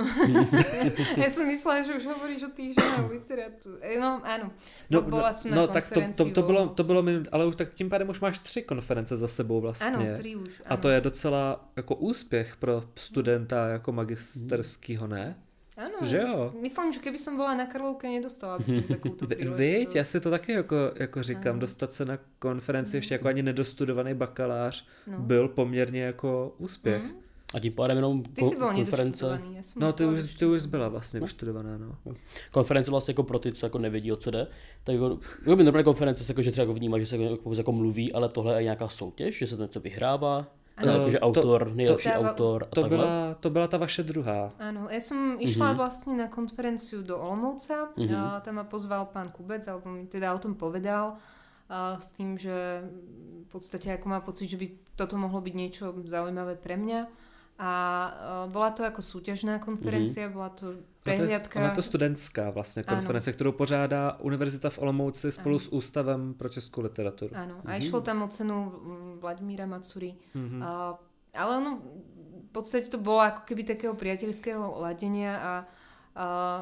Ja som myslela, že už hovoríš o tých ženách literatúre. No, áno. No, bola som na no tak to, to, to, bylo, to bylo, ale už tak tím pádem už máš tři konference za sebou vlastně. Áno, tri už. Áno. A to je docela jako úspěch pro studenta jako magisterskýho, ne? Áno, že jo? Myslím, že keby som bola na Karlovke, nedostala by som takúto príležitosť. Viď, já si to taky jako, jako říkám, ano. Dostat se na konferenci ještě jako ani nedostudovaný bakalář no. Byl poměrně jako úspěch. Mm. A tím pádem jenom ty ko- konference. No ty už, ty už byla vlastně vyštudovaná, no. Konference vlastně jako pro ty, co jako nevědí, o co jde. Tak jako, jako by normálně konference se jako, že třeba jako vnímá, že se jako, jako mluví, ale tohle je nějaká soutěž, že se to něco vyhrává. To, jako, že autor, nejlepší to, autor a to takhle. Byla, to byla ta vaše druhá. Áno, ja som išla uh-huh. vlastne na konferenciu do Olomouca. Uh-huh. A tam ma pozval pán Kubec, alebo mi teda o tom povedal. A s tým, že v podstate ako má pocit, že by toto mohlo byť niečo zaujímavé pre mňa. A bola to jako súťažná konferencia, mm-hmm. bola to prehliadka. Ona je to studentská vlastně konference, ano. Kterou pořádá Univerzita v Olomouci spolu ano. S Ústavem pro českou literaturu. Áno, a mm-hmm. išlo tam o cenu Vladimíra Macury. Mm-hmm. A, ale ono v podstate to bolo ako keby takého priateľského ladenia a, a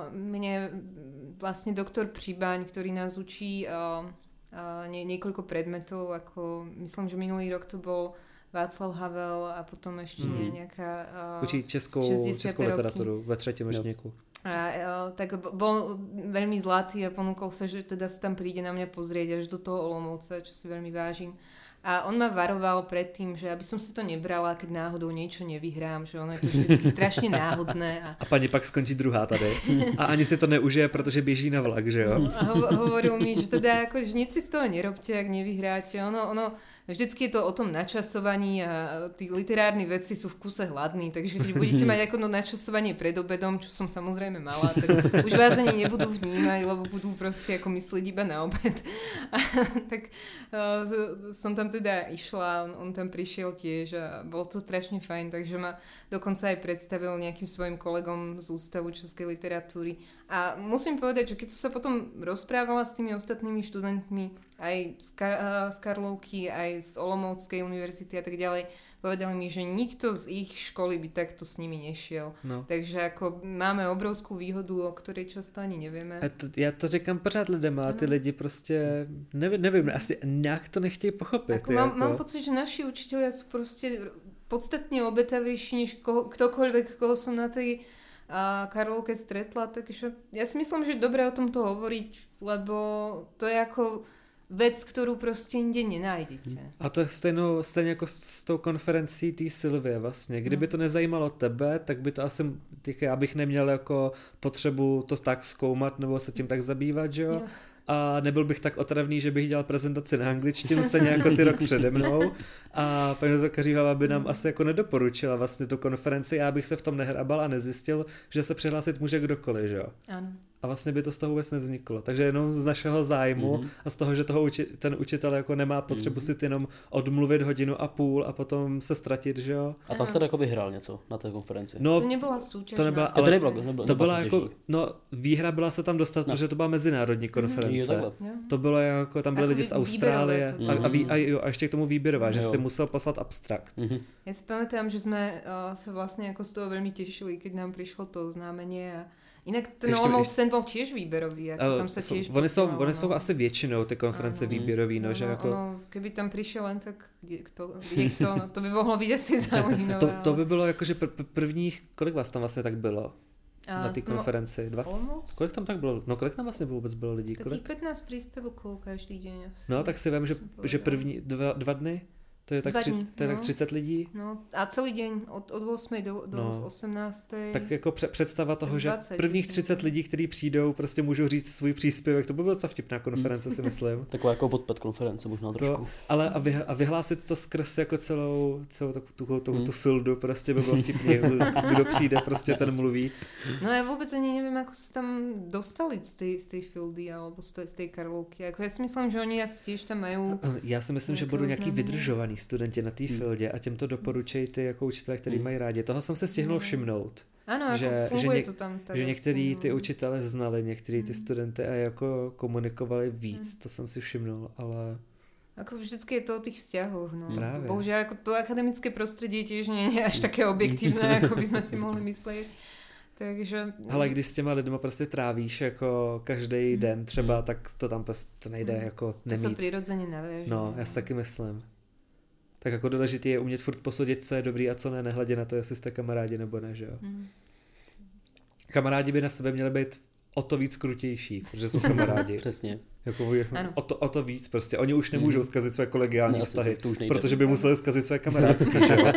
mne vlastne doktor Příbaň, ktorý nás učí a, a nie, niekoľko predmetov, ako myslím, že minulý rok to bol Václav Havel a potom ešte mm. nejaká... Uh, Učí českou, českou literaturu ve třetím ročníku. A uh, tak bol veľmi zlatý a ponúkol sa, že teda sa tam príde na mňa pozrieť až do toho Olomouca, čo si veľmi vážim. A on ma varoval pred tým, že aby som si to nebrala, keď náhodou niečo nevyhrám, že ono je to vždy strašne náhodné. A... a pani pak skončí druhá tady. A ani si to neužije, protože běží na vlak, že jo? A ho- hovoril mi, že teda ako, že nic si z toho nerobte, ak nevyhráte. Ono, ono vždycky je to o tom načasovaní a tí literárni vedci sú v kuse hladní, takže keď budete mať ako no načasovanie pred obedom, čo som samozrejme mala, tak už vás ani nebudú vnímať, lebo budú proste ako myslieť iba na obed. A, tak uh, som tam teda išla, on, on tam prišiel tiež a bolo to strašne fajn, takže ma dokonca aj predstavil nejakým svojim kolegom z Ústavu českej literatúry. A musím povedať, že keď som sa potom rozprávala s tými ostatnými študentmi, aj z, Kar- z Karlovky, aj z Olomouckej univerzity a tak ďalej, povedali mi, že nikto z ich školy by takto s nimi nešiel. No. Takže ako máme obrovskú výhodu, o ktorej často ani nevieme. A to, já to říkám pořád lidem, ale ty lidi prostě, nevím, nevím asi nějak to nechtějí pochopit. Ako mám, jako... mám pocit, že naši učitelia sú proste podstatne obetavejší než koho, ktokoľvek, koho som na tej a, Karlovke stretla, takže ja si myslím, že je dobré o tomto hovoriť, lebo to je ako vec, ktorú prostě inde nenájdete. A to je stejno, stejně jako s tou konferencí té Sylvie vlastně. Kdyby to nezajímalo tebe, tak by to asi, já bych neměl jako potřebu to tak zkoumat nebo se tím tak zabývat, že jo? jo. A nebyl bych tak otravný, že bych dělal prezentaci na angličtinu, stejně jako ty rok přede mnou. A paní doktorka Říhová by nám mm. asi jako nedoporučila vlastně tu konferenci, já bych se v tom nehrabal a nezjistil, že se přihlásit může kdokoliv, že jo? Ano. A vlastně by to z toho vůbec nevzniklo. Takže jenom z našeho zájmu mm-hmm. a z toho, že toho uči- ten učitel jako nemá potřebu mm-hmm. si jenom odmluvit hodinu a půl a potom se ztratit, že jo? A tam jste jako vyhrál něco na té konferenci? No, to nebyla soutěž. To nebyla, ale to nebyla, nebyla, to byla jako, no výhra byla se tam dostat, no. protože to byla mezinárodní konference. Mm-hmm. To bylo jako, tam byli jako lidi z Austrálie to, a, a, ví, a, jo, a ještě k tomu výběrová, že jo. si musel poslat abstrakt. Mm-hmm. Ja si pamätám, že sme uh, sa vlastne ako z toho veľmi tešili, keď nám prišlo to oznámenie a inak ten Olomouc ten bol tiež výberový, ako uh, tam sa tiež Oni jsou, posielalo, oni no. jsou asi většinou ty konference ano, výběrový, no, no, že no, jako... Ono, keby tam přišel len tak, kde, kto, kde kto, no, to by mohlo být asi zaujímavé. to, to by bylo jako, že pr- prvních, kolik vás tam vlastně tak bylo? A na té konferenci? dvacet? Kolik tam tak bylo? No kolik tam vlastně vůbec bylo lidí? Takých pätnásť príspevokov každý deň. No tak si vím, že, že první dva, dva dny? To je tak, tři, dní, to je no. tak třicet lidí? No a celý deň od, od osmej do, do no. osemnástej. Tak jako představa toho, že dvacet prvních třicet lidí, kteří přijdou, prostě můžou říct svůj příspěvek. To by byla docela vtipná konference, si myslím. Taková jako odpad konference možná trošku. No, ale a, vy, a vyhlásit to skrz jako celou, celou tu, tu, tu, hmm. tu fildu, prostě by bylo vtipný, kdo přijde, prostě ten mluví. No ja vôbec ani neviem, ako sa tam dostali z tej, z tej fildy alebo z tej, z tej Karlovky. Ako ja si myslím, že oni asi tiež tam majú... Já si myslím, že budou nějaký vydržovaný studenti na té fildě a těm to doporučejí ty jako učitelé, který mají rádi. Toho jsem se stihnul všimnout. Ano, jako že, funguje že něk, to tam. Tak že některý asi, ty no. učitelé znali, některý ty studenty a jako komunikovali víc, to jsem si všimnul, ale... Ako vždycky je to o tých vzťahoch, no. Právě. Bohužiaľ, ako to akademické prostredie tiež nie je až také objektívne, ako by sme si mohli myslieť. Takže... Ale když s těma lidma prostě trávíš jako každý den třeba, tak to tam prostě nejde jako nemít. To se přirozeně navěže. No, já si taky myslím. Tak jako důležitý je umět furt posudit, co je dobrý a co ne, nehledě na to, jestli jste kamarádi nebo ne, že jo. Mm. Kamarádi by na sebe měli být o to víc krutější, protože jsou kamarádi. Přesně. Jako, o, to, o to víc prostě. Oni už nemůžou mm. zkazit své kolegiální ne, vztahy, to, to protože by museli zkazit své kamarádské, že jo.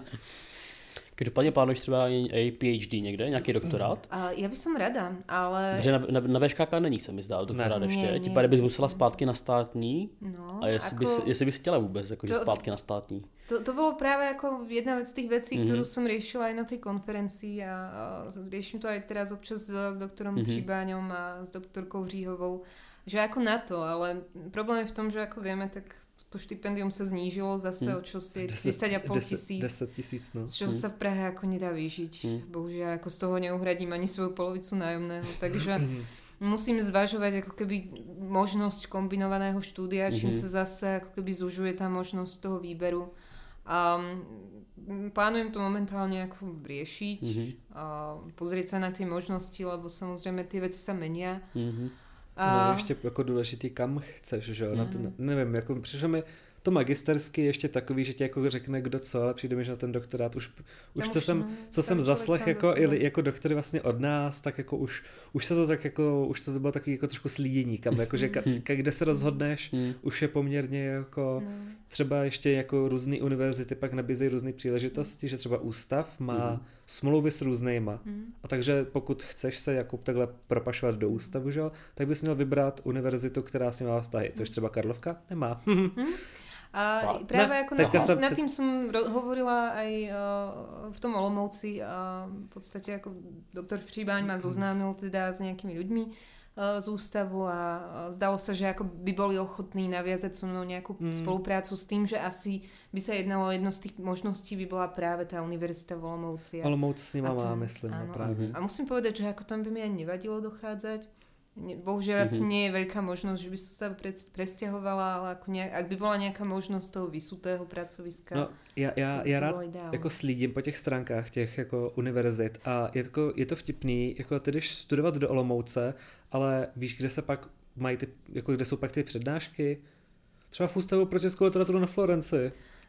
Každopádně plánuješ třeba i PhD někde, nějaký doktorát? A já bych som rada, ale... Protože na, na, na VŠKK není, se mi zdá, doktorát ne. ještě. Tím pádem bys musela zpátky na státní. No, a jestli, ako... bys, jestli bys chtěla vůbec, jakože to, zpátky na státní. To, to bylo právě jako jedna věc z těch věcí, mm-hmm. kterou jsem riešila aj na tej konferencii a, a riešim to aj teraz občas s, s doktorom mm-hmm. Přibáňom a s doktorkou Říhovou, že jako na to, ale problém je v tom, že jako vieme, tak to štipendium sa znížilo zase hmm. o čosi desať a pol tisíc. deset tisíc, no. Z čoho hmm. sa v Prahe ako nedá vyžiť. Hmm. Bohužiaľ, ako z toho neuhradím ani svoju polovicu nájomného. Takže musím zvažovať ako keby možnosť kombinovaného štúdia, čím hmm. sa zase ako keby zužuje tá možnosť toho výberu. A plánujem to momentálne ako riešiť hmm. a pozrieť sa na tie možnosti, lebo samozrejme tie veci sa menia. Hmm. A... No ještě jako důležitý, kam chceš, že jo, na to, nevím, jako přišlo mi to magistersky ještě takový, že ti jako řekne kdo co, ale přijde mi, že na ten doktorát už, už co jsem, co jsem zaslech jako, i, jako doktory vlastně od nás, tak jako už, už se to tak jako, už to bylo takový jako trošku slídění, kam, jako, že ka, ka, kde se rozhodneš, už je poměrně jako, třeba ještě jako různý univerzity pak nabízejí různé příležitosti, že třeba ústav má smlouvy s různýma. A takže pokud chceš se jako takhle propašovat do ústavu, že, tak bys měl vybrat univerzitu, která s ním má vztahy, což třeba Karlovka nemá. A Fakt? práve ne, ako nad, sa... nad tým som ro- hovorila aj uh, v tom Olomouci a v podstate ako doktor Příbáň ma zoznámil teda s nejakými ľuďmi uh, z ústavu a uh, zdalo sa, že ako by boli ochotní naviazať so mnou nejakú mm. spoluprácu s tým, že asi by sa jednalo jedno z tých možností by bola práve tá univerzita v Olomouci. Olomouc s nima má, myslím. Áno, práve. A musím povedať, že ako tam by mi aj nevadilo dochádzať. Bohužiaľ mm-hmm. nie je veľká možnosť, že by som sa pre, presťahovala, ale ako nejak, ak by bola nejaká možnosť toho vysutého pracoviska. No, já, já, já rád jako slídím po těch stránkách těch jako univerzit a je to, je to vtipný, jako ty jdeš studovat do Olomouce, ale víš, kde se pak mají ty, jako kde jsou pak ty přednášky? Třeba v Ústavu pro českou literaturu na Florenci.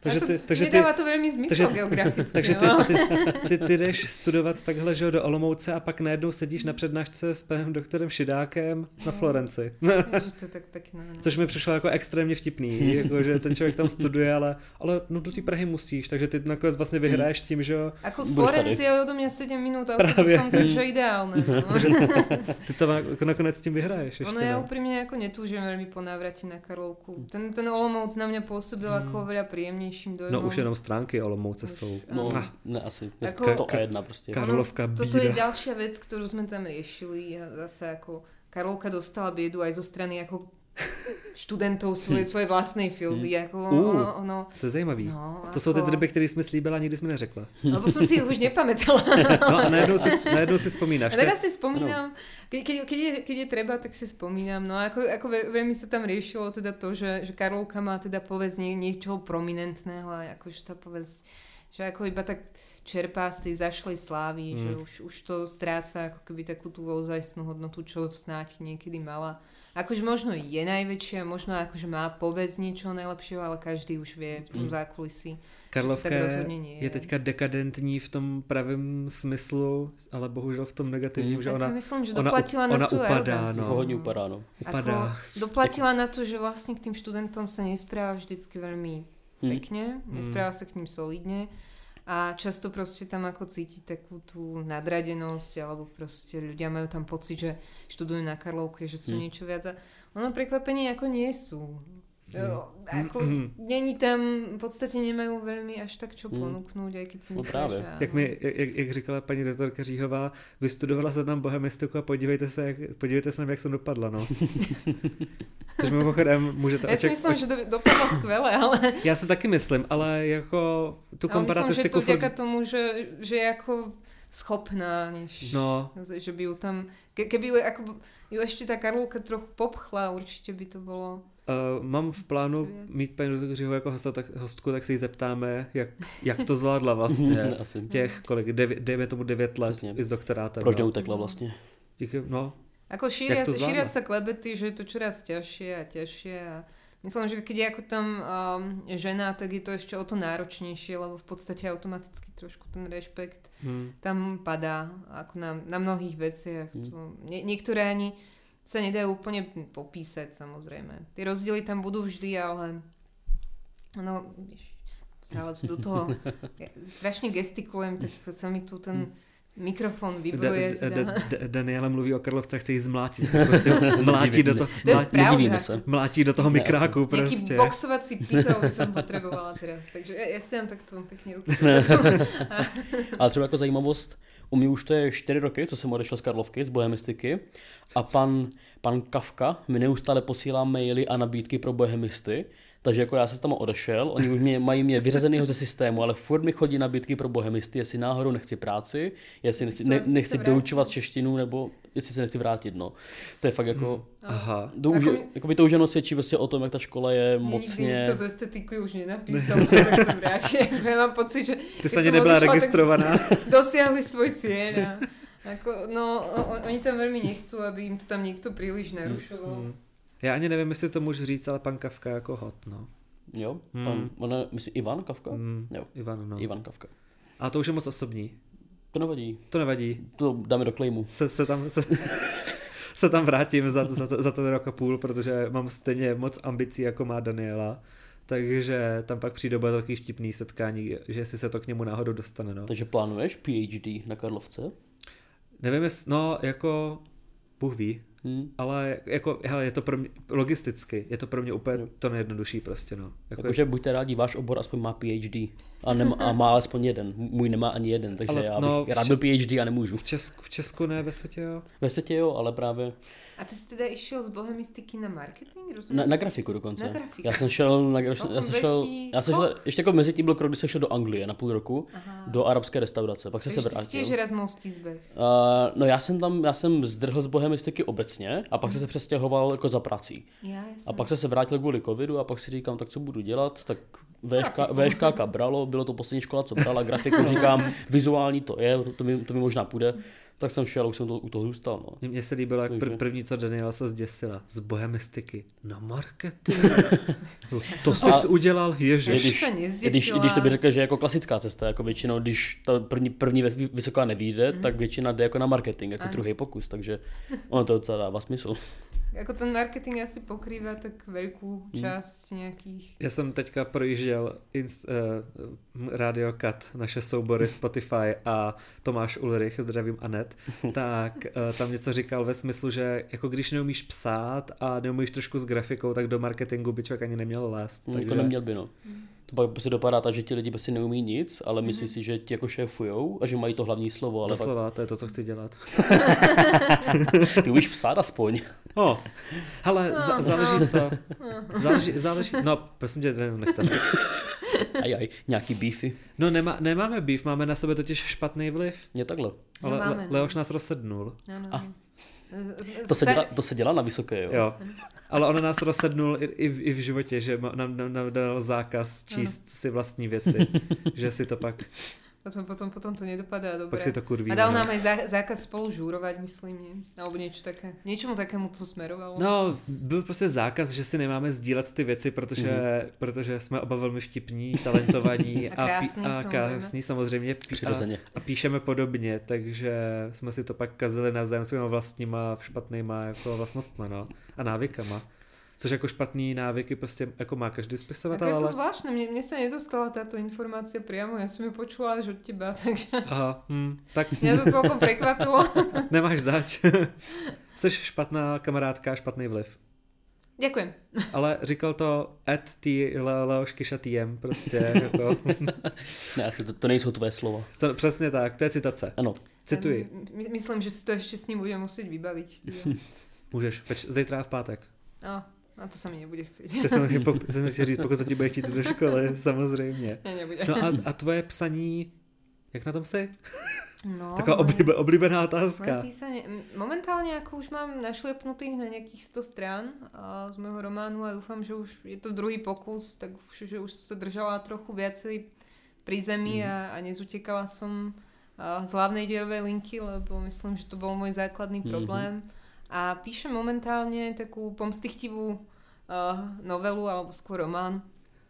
Takže ty, takže ty, nedává to velmi smysl takže, geograficky. Takže ty, no. ty, ty, ty, ty jdeš studovat takhle, že do Olomouce a pak najednou sedíš na přednášce s panem doktorem Šidákem na Florenci. Ježiš, to je tak pěkné. No. Což mi přišlo jako extrémně vtipný, jako, že ten člověk tam studuje, ale, ale no do té Prahy musíš, takže ty nakonec vlastně vyhraješ tím, že jo. Ako Florenci je odo mě sedm minut autobusom, takže ideálne. No. Ty to nakonec tím vyhraješ ještě. Ono ja úprimne ako netúžim veľmi po návrate na Karlovku. Ten, ten Olomouc na mňa pôsobil hmm. ako veľa príjemnejším dojmom. No už jenom stránky Olomouce už, jsou. No, ah, ne asi. Ako, sto a jedna prostě. Karlovka bída. Toto je ďalšia vec, ktorú sme tam riešili. A zase ako Karlovka dostala biedu aj zo strany ako študentov svoje, svoje vlastnej fieldy. Jako uh, ono, ono, to je zajímavý. No, to ako... jsou ty drby, které jsi mi slíbila a nikdy jsi mi neřekla. Lebo som si ich už nepamätala. No a najednou si, najednou si vzpomínáš. A teraz si spomínam, keď, keď, keď, je, keď je treba, tak si spomínam. No a ako, ako veľmi sa tam riešilo teda to, že, že Karlovka má teda povesť nie, niečoho prominentného a akože tá povesť, že ako iba tak čerpá z tej zašlej slávy, mm. že už, už to stráca ako keby takú tú ozajstnú hodnotu, čo snáď niekedy mala. Akože možno je najväčšia, možno akože má povesť niečoho najlepšieho, ale každý už vie v tom zákulisí. Karlovka je, je teďka dekadentní v tom pravém smyslu, ale bohužel v tom negativním, mm. že ona, myslím, že ona, doplatila ona, na ona svoju upadá. aroganciu. No. Hodně upadá, no. Upadá. Ako doplatila na to, že vlastne k tým študentom sa nespráva vždycky veľmi mm. pekne, nespráva mm. sa k ním solidne. A často proste tam ako cíti takú tú nadradenosť, alebo proste ľudia majú tam pocit, že študujú na Karlovke, že sú mm. niečo viac. A ono prekvapenie ako nie sú. Jo, ako není tam, v podstate nemajú veľmi až tak čo ponúknuť, aj keď si myslíš. No a... Jak, mi, jak, jak říkala paní doktorka Říhová, vystudovala se tam bohemistiku a podívejte se, jak, podívejte se, jak jsem dopadla, no. Což mimochodem můžete očekávat. Já si myslím, že do, dopadla skvěle, ale... Já si taky myslím, ale jako tu komparatistiku... Ale myslím, že to vďaka tomu, že, že je jako schopná, než no. že by ju tam... Ke, keby ju, ako, ju ešte tá Karlovka trochu popchla, určitě by to bylo... Uh, mám v plánu svět. Mít paní doktoru jako hosta, tak, hostku, tak se jí zeptáme, jak, jak to zvládla vlastně. Těch, kolik, devět, dejme tomu devět let Přesně. i s doktorátem. Proč neutekla vlastně? Díky, no. Ako šíria, šíria sa klebety, že je to čoraz ťažšie a ťažšie a myslím, že keď je ako tam um, žena, tak je to ešte o to náročnejšie, lebo v podstate automaticky trošku ten rešpekt hmm. tam padá ako na, na mnohých veciach. Hmm. To, nie, niektoré ani sa nedajú úplne popísať, samozrejme. Tie rozdiely tam budú vždy, ale no, stále do toho strašne gestikulujem, tak sa mi tu ten mikrofon vybruje. Da, da, da, Daniela mluví o Karlovce, chce jí zmlátit. Prostě mlátí do toho, mlátí, mlátí do toho mikráku. Prostě. Nejaký boxovací pytel by som potrebovala teraz. Takže ja, ja si dám takto pekne ruky. Ale třeba jako zajímavost, u mě už to je čtyři roky, co jsem odešel z Karlovky, z bohemistiky a pan, pan Kafka mi neustále posílá maily a nabídky pro bohemisty. Takže jako já jsem tam odešel, oni už mě, mají mě vyřazenýho ze systému, ale furt mi chodí nabídky pro bohemisty, jestli náhodou nechci práci, jestli nechci, ne, nechci doučovat češtinu, nebo jestli se nechci vrátit, no. To je fakt jako... Aha. To už, jako, jako by to už jenom svědčí vlastně o tom, jak ta škola je mocně... Nikdy nikto z estetiky už nenapísal, že tak jsem vrátit. Já mám pocit, že... Ty jsi ani nebyla registrovaná. Dosiahli svoj cieľ a jako, no, on, oni tam velmi nechcú, aby im to tam někdo příliš narušoval. Hmm. Já ani nevím, jestli to můžu říct, ale pan Kafka jako hot, no. Jo, hmm. pan, ono, myslím, Ivan Kafka? Hmm. Jo. Ivan, no. Ivan Kafka. A to už je moc osobní. To nevadí. To nevadí. To dáme do claimu. Se, se tam... Se... se tam vrátím za, za, za ten rok a půl, protože mám stejně moc ambicí, jako má Daniela. Takže tam pak přijde bude takový vtipný setkání, že si se to k němu náhodou dostane. No. Takže plánuješ PhD na Karlovce? Nevím, jest, no jako Bůh ví, hmm. ale jako, hele, je to pro mě, logisticky, je to pro mě úplně no. to nejjednodušší prostě. No. Jako Jakože je... buďte rádi, váš obor aspoň má PhD a, nema, a má alespoň jeden, můj nemá ani jeden, takže ale, já bych no, rád byl PhD a nemůžu. V Česku, v Česku ne, ve světě jo. Ve světě jo, ale právě... A ty jsi teda išel z bohemistiky na marketing? Na, na grafiku dokonce. Na grafiku. Já jsem šel, na, já jsem šel, já jsem šel, ještě jako mezi tím byl krok, kdy jsem šel do Anglie na půl roku, Aha. do arabské restaurace, pak jsem se vrátil. Takže jsi erasmovský zběh. Uh, no já jsem tam, já jsem zdrhl z bohemistiky obecně a pak hmm. jsem se přestěhoval jako za prací. Já, a pak jsem se vrátil kvůli covidu a pak si říkám, tak co budu dělat, tak vé ška bralo, bylo to poslední škola, co brala, grafiku říkám, vizuální to je, to, to, mi, to mi možná půjde. Tak jsem šel, už jsem to, u toho zůstal. No. Mně se líbilo, jak pr- první, co Daniela se zděsila. Z bohemistiky. No marketing. To jsi a udělal, ježiš. Když, když, když to by řekl, že jako klasická cesta, jako většinou, když ta první, první vysoká nevyjde, mm. tak většina jde jako na marketing, jako ano. druhý pokus, takže ono to docela dává smysl. Jako ten marketing asi pokrývá tak velkou část hmm. nějakých. Já jsem teďka projížděl inst, uh, Radio Cut, naše soubory Spotify a Tomáš Ulrich, zdravím Anet, tak uh, tam něco říkal ve smyslu, že jako když neumíš psát a neumíš trošku s grafikou, tak do marketingu by člověk ani neměl lézt. Hmm, takže... To neměl by, no. Hmm. To pak prostě dopadá tak, že ti lidi prostě neumí nic, ale myslí mm-hmm. si, že ti jako šéfujou a že mají to hlavní slovo. Ale Doslova, pak... to je to, co chci dělat. Ty umíš psát aspoň. No, hele, z- záleží co. Záleží, záleží, no, prosím tě, nech to. Aj, aj, nějaký beefy. No nemá, nemáme beef, máme na sebe totiž špatný vliv. Je takhle. Ale Le- Leoš nás rozsednul. No, no. A. To se, dělá, to se dělá na vysoké, jo? Jo. Ale on nás rozsednul i, i, i v životě, že nám, nám, nám dal zákaz číst ano. si vlastní věci. Že si to pak... Potom, potom, potom to nedopadá dobre. Pak si to kurví. A dal nám aj zá, zákaz spolu žúrovať, myslím, nie? Alebo niečo také. Niečomu takému to smerovalo. No, byl prostě zákaz, že si nemáme sdílet ty věci, protože, mm-hmm. protože jsme oba velmi vtipní, talentovaní a krásní, a, pí, a krásní samozřejmě. samozřejmě. A, a píšeme podobně, takže jsme si to pak kazili navzájem svýma vlastníma špatnýma jako vlastnostma, no. A návykama. Což jako špatný návyky prostě jako má každý spisovatel. Tak je to ale... zvláštne, mne, mne sa nedostala táto informácia priamo, ja som ju počula až od teba, takže... Aha, hm, tak... Mňa to celkom prekvapilo. Nemáš zač. Jsi špatná kamarádka, špatný vliv. Ďakujem. Ale říkal to at t Leošky šatýjem, prostě jako... Ne, asi to, to nejsou tvoje slova. To, přesně tak, to je citace. Ano. Cituji. My, myslím, že si to ještě s ním budem muset vybavit. Můžeš, peč, zítra v pátek. No. A to se mi nebude chtít. To jsem chtěl říct, pokud se ti bude chtít do školy, samozřejmě. Ne, nebude. No a, a tvoje psaní, jak na tom jsi? No, taková oblíbe, oblíbená otázka. Moje písanie, momentálne ako už mám našlepnutých na nejakých sto strán a z môjho románu a dúfam, že už je to druhý pokus, tak už, že už sa držala trochu viacej pri zemi mm. a, a nezutekala som z hlavnej dejovej linky, lebo myslím, že to bol môj základný problém. Mm-hmm. A píšem momentálne takú pomstichtivú uh, novelu, alebo skôr román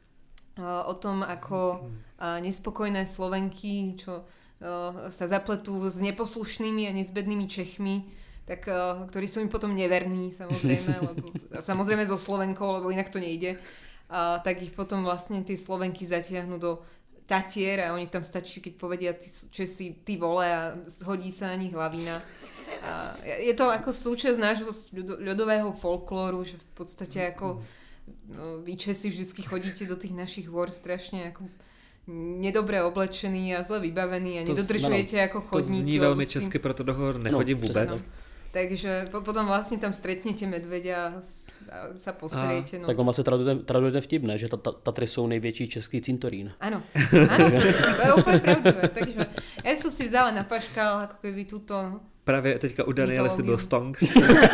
uh, o tom, ako uh, nespokojné Slovenky, čo sa zapletú s neposlušnými a nezbednými Čechmi, tak, uh, ktorí sú im potom neverní, samozrejme, lebo, samozrejme so Slovenkou, lebo inak to nejde, uh, tak ich potom vlastne tí Slovenky zatiahnu do Tatier a oni tam stačí, keď povedia tí Česi ty vole a hodí sa na nich lavína. Uh, je to ako súčasť nášho ľudového folklóru, že v podstate ako no, vy Česi vždycky chodíte do tých našich hôr strašne ako nedobre oblečený a zle vybavený a to nedodržujete z, ako chodníky. To zní veľmi česky, proto do hor nechodím no, vôbec. No. Takže po, potom vlastne tam stretnete medveďa a sa posriete. No. Tak on vlastne traduje, traduje vtip, ne? Že Tatry sú největší český cintorín. Áno, áno, to, to je úplne pravdivé. Takže ja som si vzala na paškal ako keby túto právě teďka u Daniela si byl Stonks.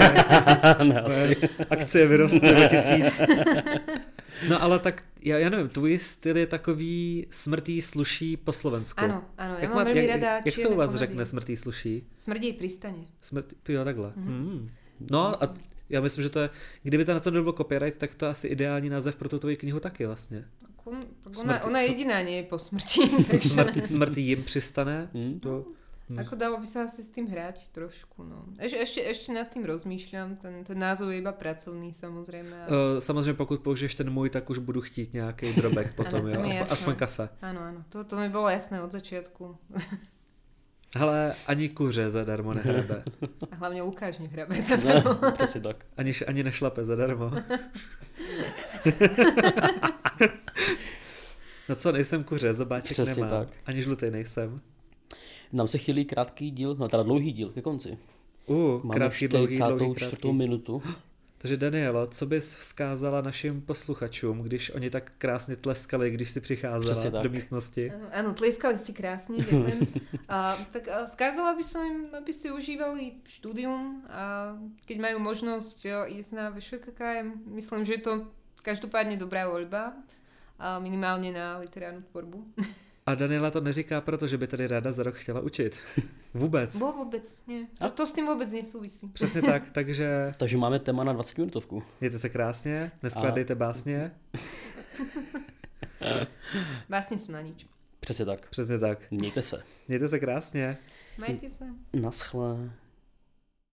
Akcie vyrostly o tisíc. No ale tak, já, já nevím, tvůj styl je takový smrtý sluší po Slovensku. Ano, ano, já jak mám velmi ráda jak, jak se u vás komedii řekne smrtý sluší? Smrděj pristaně. Smrt, jo, takhle. Mm-hmm. Hmm. No a já myslím, že to je, kdyby to na to nebylo copyright, tak to je asi ideální název pro tu tvoji knihu taky vlastně. Ona, smrti, ona jediná nie je po smrti. Smrti, smrti jim přistane. Mm. To, Ako dalo by sa asi s tým hrať trošku, no. Eš, ešte, ešte nad tým rozmýšľam, ten, ten názov je iba pracovný, samozrejme. Ale... Uh, samozřejmě pokud použiješ ten můj, tak už budu chtít nějaký drobek potom, ano, jo, aspoň, aspoň kafe. Áno, áno, to, to mi bolo jasné od začiatku. Ale ani kuře zadarmo nehrabe. A hlavne Lukáš nehrabe zadarmo. No, přesně tak. Ani, ani nešlape zadarmo. No co, nejsem kuře, zobáček přesně nemám. Tak. Ani žlutý nejsem. Nám se chylí krátký díl, no teda dlouhý díl ke konci. Uh, Máme krátký, dlouhý, dlouhý, krátký. minutu. Takže Danielo, co bys vzkázala našim posluchačům, když oni tak krásně tleskali, když si přicházela do místnosti? Áno, tleskali ste krásne, ďakujem. A, tak a skázala by som im, aby si užívali štúdium a keď majú možnosť jo, ísť na vé š ká ká em, myslím, že je to každopádne dobrá voľba a minimálne na literárnu tvorbu. A Daniela to neříká proto, že by tady ráda za rok chtěla učit. Vůbec. Bo vůbec, ne. To, to s tím vůbec nesouvisí. Přesně tak, takže... Takže máme téma na dvacet minutovku. Mějte se krásně, neskládejte a... básně. Básně jsou na nič. Přesně tak. Přesně tak. Mějte se. Mějte se krásně. Majte se. Naschle.